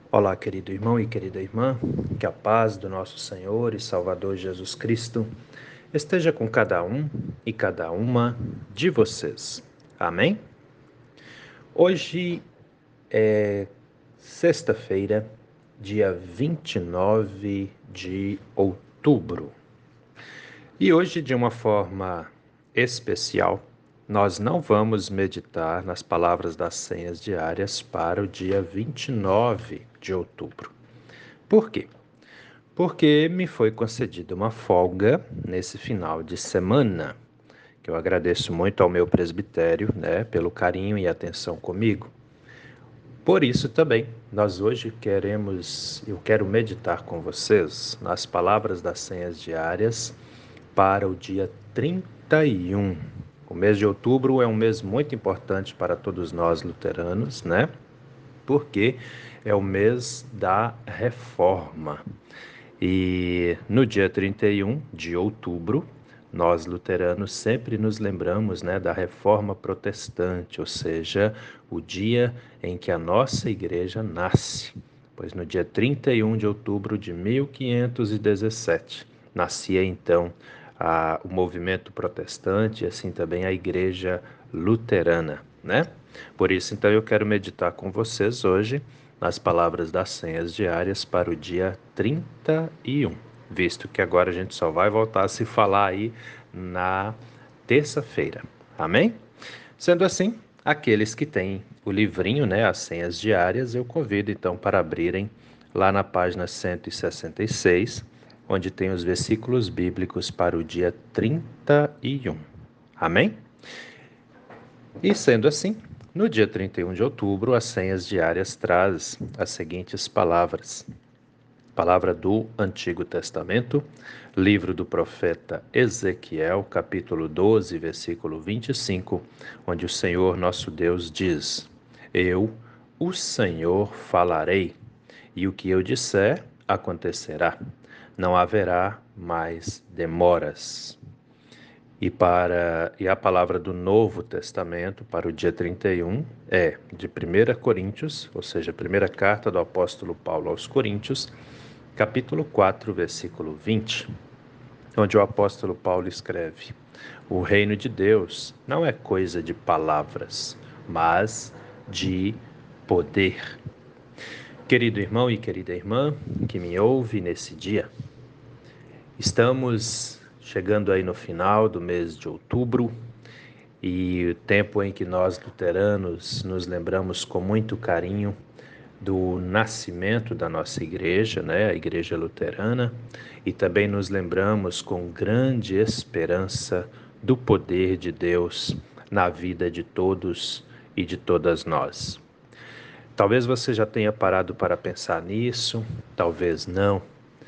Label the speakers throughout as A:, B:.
A: Olá, querido irmão e querida irmã, que a paz do nosso Senhor e Salvador Jesus Cristo esteja com cada um e cada uma de vocês. Amém? Hoje é sexta-feira, dia 29 de outubro. E hoje, de uma forma especial, nós não vamos meditar nas palavras das senhas diárias para o dia 29 de outubro. Por quê? Porque me foi concedida uma folga nesse final de semana, que eu agradeço muito ao meu presbitério, pelo carinho e atenção comigo. Por isso também, nós hoje eu quero meditar com vocês nas palavras das senhas diárias para o dia 31. O mês de outubro é um mês muito importante para todos nós luteranos, né? Porque é o mês da reforma. E no dia 31 de outubro, nós luteranos sempre nos lembramos, da Reforma Protestante, ou seja, o dia em que a nossa igreja nasce. Pois no dia 31 de outubro de 1517, nascia então o movimento protestante e assim também a igreja luterana, né? Por isso, então, eu quero meditar com vocês hoje nas palavras das senhas diárias para o dia 31, visto que agora a gente só vai voltar a se falar aí na terça-feira. Amém? Sendo assim, aqueles que têm o livrinho, as senhas diárias, eu convido então para abrirem lá na página 166, onde tem os versículos bíblicos para o dia 31. Amém? E sendo assim, no dia 31 de outubro, as senhas diárias traz as seguintes palavras. Palavra do Antigo Testamento, livro do profeta Ezequiel, capítulo 12, versículo 25, onde o Senhor nosso Deus diz: Eu, o Senhor, falarei, e o que eu disser acontecerá. Não haverá mais demoras. E a palavra do Novo Testamento para o dia 31 é de 1 Coríntios, ou seja, a primeira carta do apóstolo Paulo aos Coríntios, capítulo 4, versículo 20, onde o apóstolo Paulo escreve: O reino de Deus não é coisa de palavras, mas de poder. Querido irmão e querida irmã que me ouve nesse dia, estamos chegando aí no final do mês de outubro, e o tempo em que nós luteranos nos lembramos com muito carinho do nascimento da nossa igreja, a Igreja Luterana, e também nos lembramos com grande esperança do poder de Deus na vida de todos e de todas nós. Talvez você já tenha parado para pensar nisso, talvez não,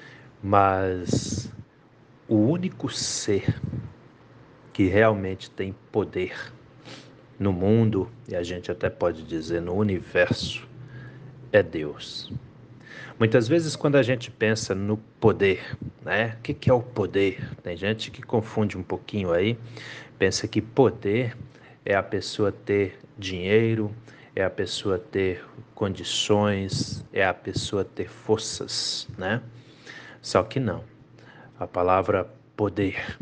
A: mas o único ser que realmente tem poder no mundo, e a gente até pode dizer no universo, é Deus. Muitas vezes quando a gente pensa no poder, O que é o poder? Tem gente que confunde um pouquinho aí, pensa que poder é a pessoa ter dinheiro, é a pessoa ter condições, é a pessoa ter forças, Só que não. A palavra poder,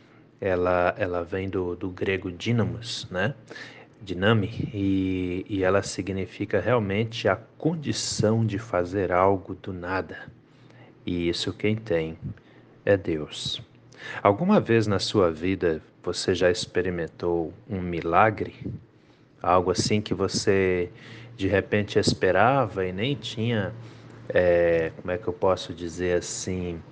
A: ela vem do grego dínamos, Dinami, e ela significa realmente a condição de fazer algo do nada. E isso quem tem é Deus. Alguma vez na sua vida você já experimentou um milagre? Algo assim que você de repente esperava e nem tinha, como é que eu posso dizer assim,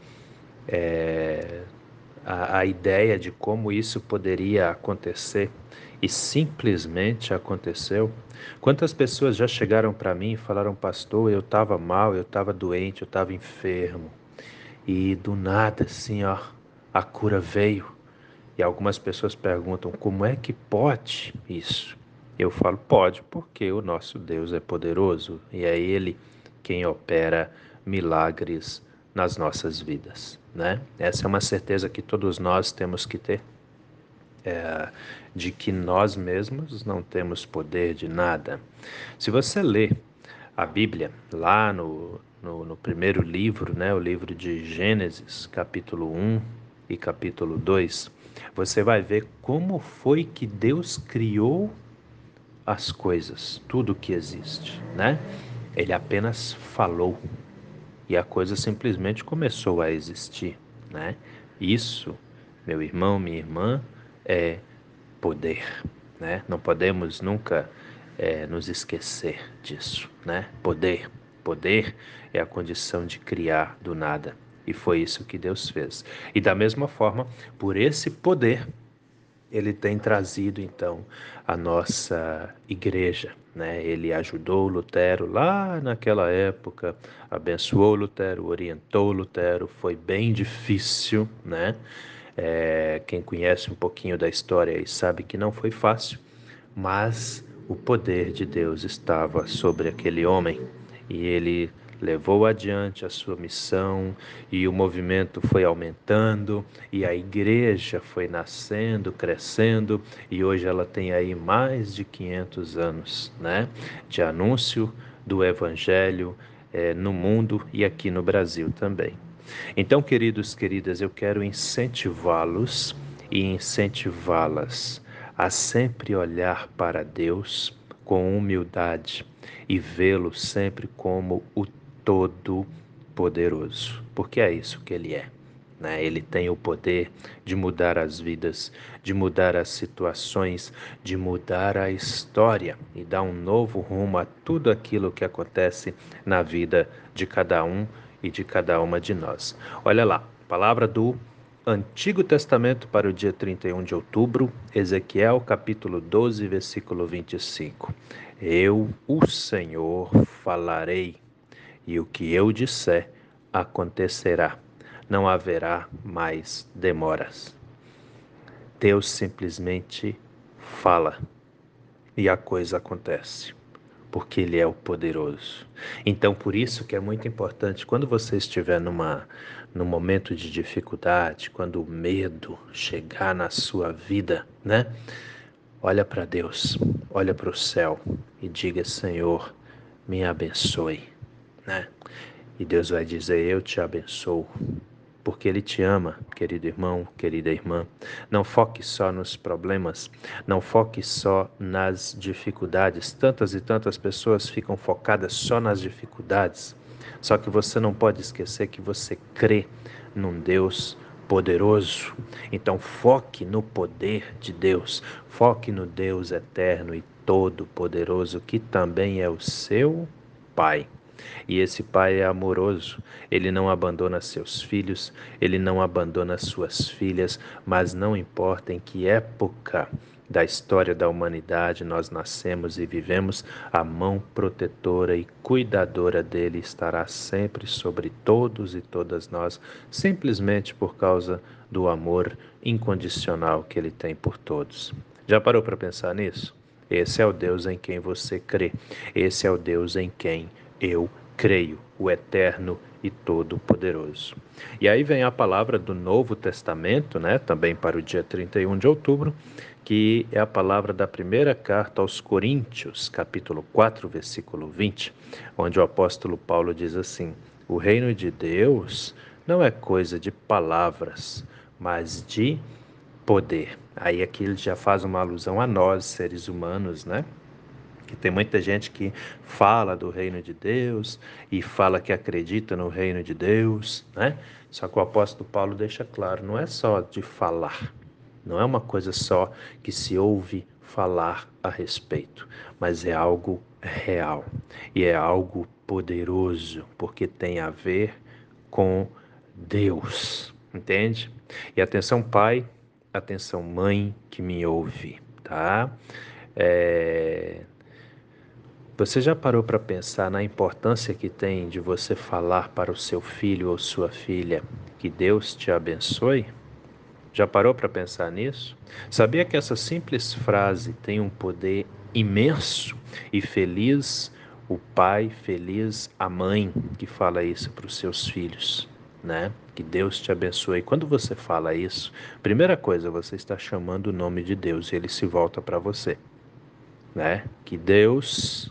A: a ideia de como isso poderia acontecer e simplesmente aconteceu? Quantas pessoas já chegaram para mim e falaram: pastor, eu estava mal, eu estava doente, eu estava enfermo, e do nada assim, ó, a cura veio. E algumas pessoas perguntam: como é que pode isso? Eu falo: pode, porque o nosso Deus é poderoso e é Ele quem opera milagres nas nossas vidas, Essa é uma certeza que todos nós temos que ter, de que nós mesmos não temos poder de nada. Se você lê a Bíblia, lá no primeiro livro, né, o livro de Gênesis, capítulo 1 e capítulo 2, você vai ver como foi que Deus criou as coisas, tudo que existe, né? Ele apenas falou e a coisa simplesmente começou a existir, né? Isso, meu irmão, minha irmã, é poder, né? Não podemos nunca nos esquecer disso, né? Poder é a condição de criar do nada. E foi isso que Deus fez. E da mesma forma, por esse poder, ele tem trazido então a nossa igreja, né? Ele ajudou Lutero lá naquela época, abençoou Lutero, orientou Lutero, foi bem difícil, né? Quem conhece um pouquinho da história aí sabe que não foi fácil, mas o poder de Deus estava sobre aquele homem e ele levou adiante a sua missão e o movimento foi aumentando e a igreja foi nascendo, crescendo e hoje ela tem aí mais de 500 anos, né, de anúncio do evangelho no mundo e aqui no Brasil também. Então, queridos, queridas, eu quero incentivá-los e incentivá-las a sempre olhar para Deus com humildade e vê-lo sempre como o Todo-Poderoso, porque é isso que Ele é. Né? Ele tem o poder de mudar as vidas, de mudar as situações, de mudar a história e dar um novo rumo a tudo aquilo que acontece na vida de cada um e de cada uma de nós. Olha lá, palavra do Antigo Testamento para o dia 31 de outubro, Ezequiel capítulo 12, versículo 25. Eu, o Senhor, falarei, e o que eu disser acontecerá. Não haverá mais demoras. Deus simplesmente fala e a coisa acontece, porque Ele é o poderoso. Então, por isso que é muito importante, quando você estiver num momento de dificuldade, quando o medo chegar na sua vida, né? Olha para Deus, olha para o céu e diga: Senhor, me abençoe, né? E Deus vai dizer: eu te abençoo, porque Ele te ama, querido irmão, querida irmã. Não foque só nos problemas, não foque só nas dificuldades. Tantas e tantas pessoas ficam focadas só nas dificuldades. Só que você não pode esquecer que você crê num Deus poderoso. Então foque no poder de Deus, foque no Deus eterno e todo-poderoso, que também é o seu Pai. E esse Pai é amoroso, ele não abandona seus filhos, ele não abandona suas filhas, mas não importa em que época da história da humanidade nós nascemos e vivemos, a mão protetora e cuidadora dele estará sempre sobre todos e todas nós, simplesmente por causa do amor incondicional que ele tem por todos. Já parou para pensar nisso? Esse é o Deus em quem você crê, esse é o Deus em quem eu creio, o eterno e todo-poderoso. E aí vem a palavra do Novo Testamento, né, também para o dia 31 de outubro, que é a palavra da primeira carta aos Coríntios, capítulo 4, versículo 20, onde o apóstolo Paulo diz assim: o reino de Deus não é coisa de palavras, mas de poder. Aí aqui ele já faz uma alusão a nós, seres humanos, né? Que tem muita gente que fala do reino de Deus e fala que acredita no reino de Deus, né? Só que o apóstolo Paulo deixa claro, não é só de falar, não é uma coisa só que se ouve falar a respeito, mas é algo real e é algo poderoso, porque tem a ver com Deus, entende? E atenção, pai, atenção, mãe que me ouve, tá? É... Você já parou para pensar na importância que tem de você falar para o seu filho ou sua filha que Deus te abençoe? Já parou para pensar nisso? Sabia que essa simples frase tem um poder imenso e feliz o pai, feliz a mãe que fala isso para os seus filhos, né? Que Deus te abençoe. Quando você fala isso, primeira coisa, você está chamando o nome de Deus e ele se volta para você, né? Que Deus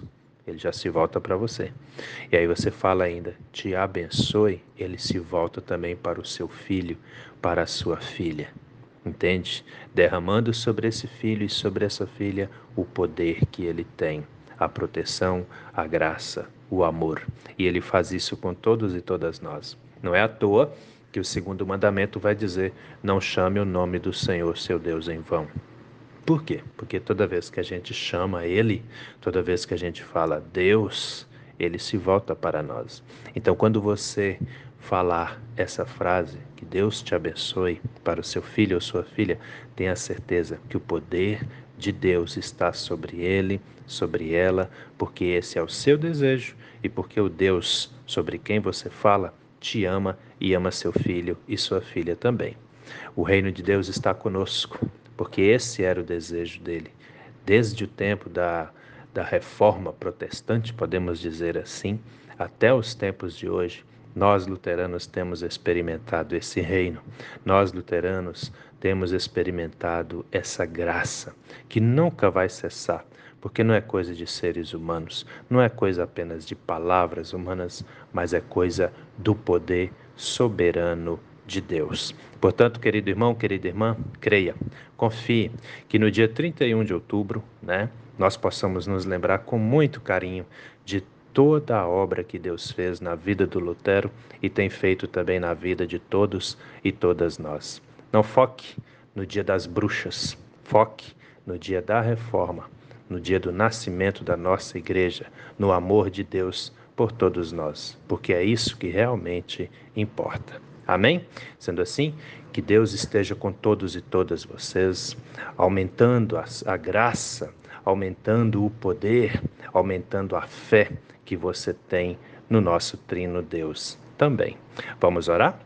A: ele já se volta para você. E aí você fala ainda, te abençoe, ele se volta também para o seu filho, para a sua filha. Entende? Derramando sobre esse filho e sobre essa filha o poder que ele tem, a proteção, a graça, o amor. E ele faz isso com todos e todas nós. Não é à toa que o segundo mandamento vai dizer: não chame o nome do Senhor, seu Deus, em vão. Por quê? Porque toda vez que a gente chama Ele, toda vez que a gente fala Deus, Ele se volta para nós. Então, quando você falar essa frase, que Deus te abençoe, para o seu filho ou sua filha, tenha certeza que o poder de Deus está sobre ele, sobre ela, porque esse é o seu desejo e porque o Deus sobre quem você fala te ama e ama seu filho e sua filha também. O reino de Deus está conosco, porque esse era o desejo dele. Desde o tempo da reforma protestante, podemos dizer assim, até os tempos de hoje, nós luteranos temos experimentado esse reino. Nós luteranos temos experimentado essa graça que nunca vai cessar, porque não é coisa de seres humanos, não é coisa apenas de palavras humanas, mas é coisa do poder soberano de Deus. Portanto, querido irmão, querida irmã, creia, confie que no dia 31 de outubro, nós possamos nos lembrar com muito carinho de toda a obra que Deus fez na vida do Lutero e tem feito também na vida de todos e todas nós. Não foque no dia das bruxas, foque no dia da reforma, no dia do nascimento da nossa igreja, no amor de Deus por todos nós, porque é isso que realmente importa. Amém? Sendo assim, que Deus esteja com todos e todas vocês, aumentando a graça, aumentando o poder, aumentando a fé que você tem no nosso trino Deus também. Vamos orar?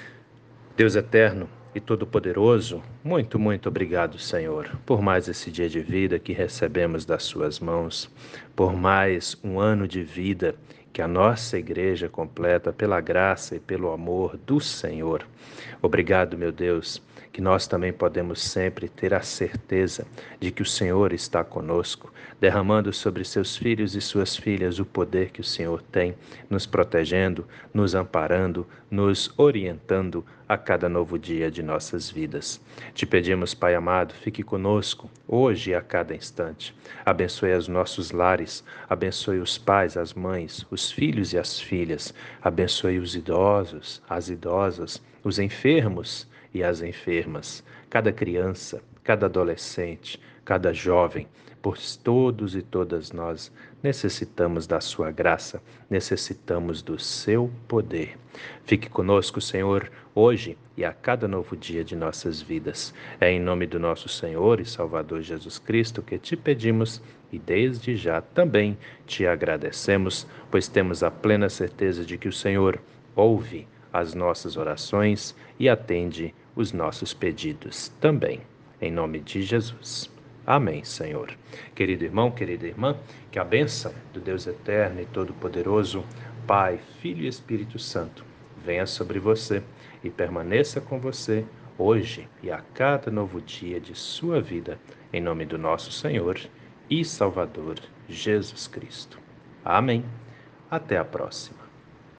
A: Deus eterno e todo-poderoso, muito, muito obrigado, Senhor, por mais esse dia de vida que recebemos das suas mãos, por mais um ano de vida que a nossa igreja completa pela graça e pelo amor do Senhor. Obrigado, meu Deus, que nós também podemos sempre ter a certeza de que o Senhor está conosco, derramando sobre seus filhos e suas filhas o poder que o Senhor tem, nos protegendo, nos amparando, nos orientando a cada novo dia de nossas vidas. Te pedimos, Pai amado, fique conosco hoje e a cada instante. Abençoe os nossos lares, abençoe os pais, as mães, os filhos e as filhas, abençoe os idosos, as idosas, os enfermos e as enfermas, cada criança, cada adolescente, cada jovem, pois todos e todas nós necessitamos da sua graça, necessitamos do seu poder. Fique conosco, Senhor, hoje e a cada novo dia de nossas vidas. É em nome do nosso Senhor e Salvador Jesus Cristo que te pedimos e desde já também te agradecemos, pois temos a plena certeza de que o Senhor ouve as nossas orações e atende os nossos pedidos também. Em nome de Jesus. Amém, Senhor. Querido irmão, querida irmã, que a bênção do Deus eterno e todo-poderoso, Pai, Filho e Espírito Santo, venha sobre você e permaneça com você hoje e a cada novo dia de sua vida, em nome do nosso Senhor e Salvador Jesus Cristo. Amém. Até a próxima.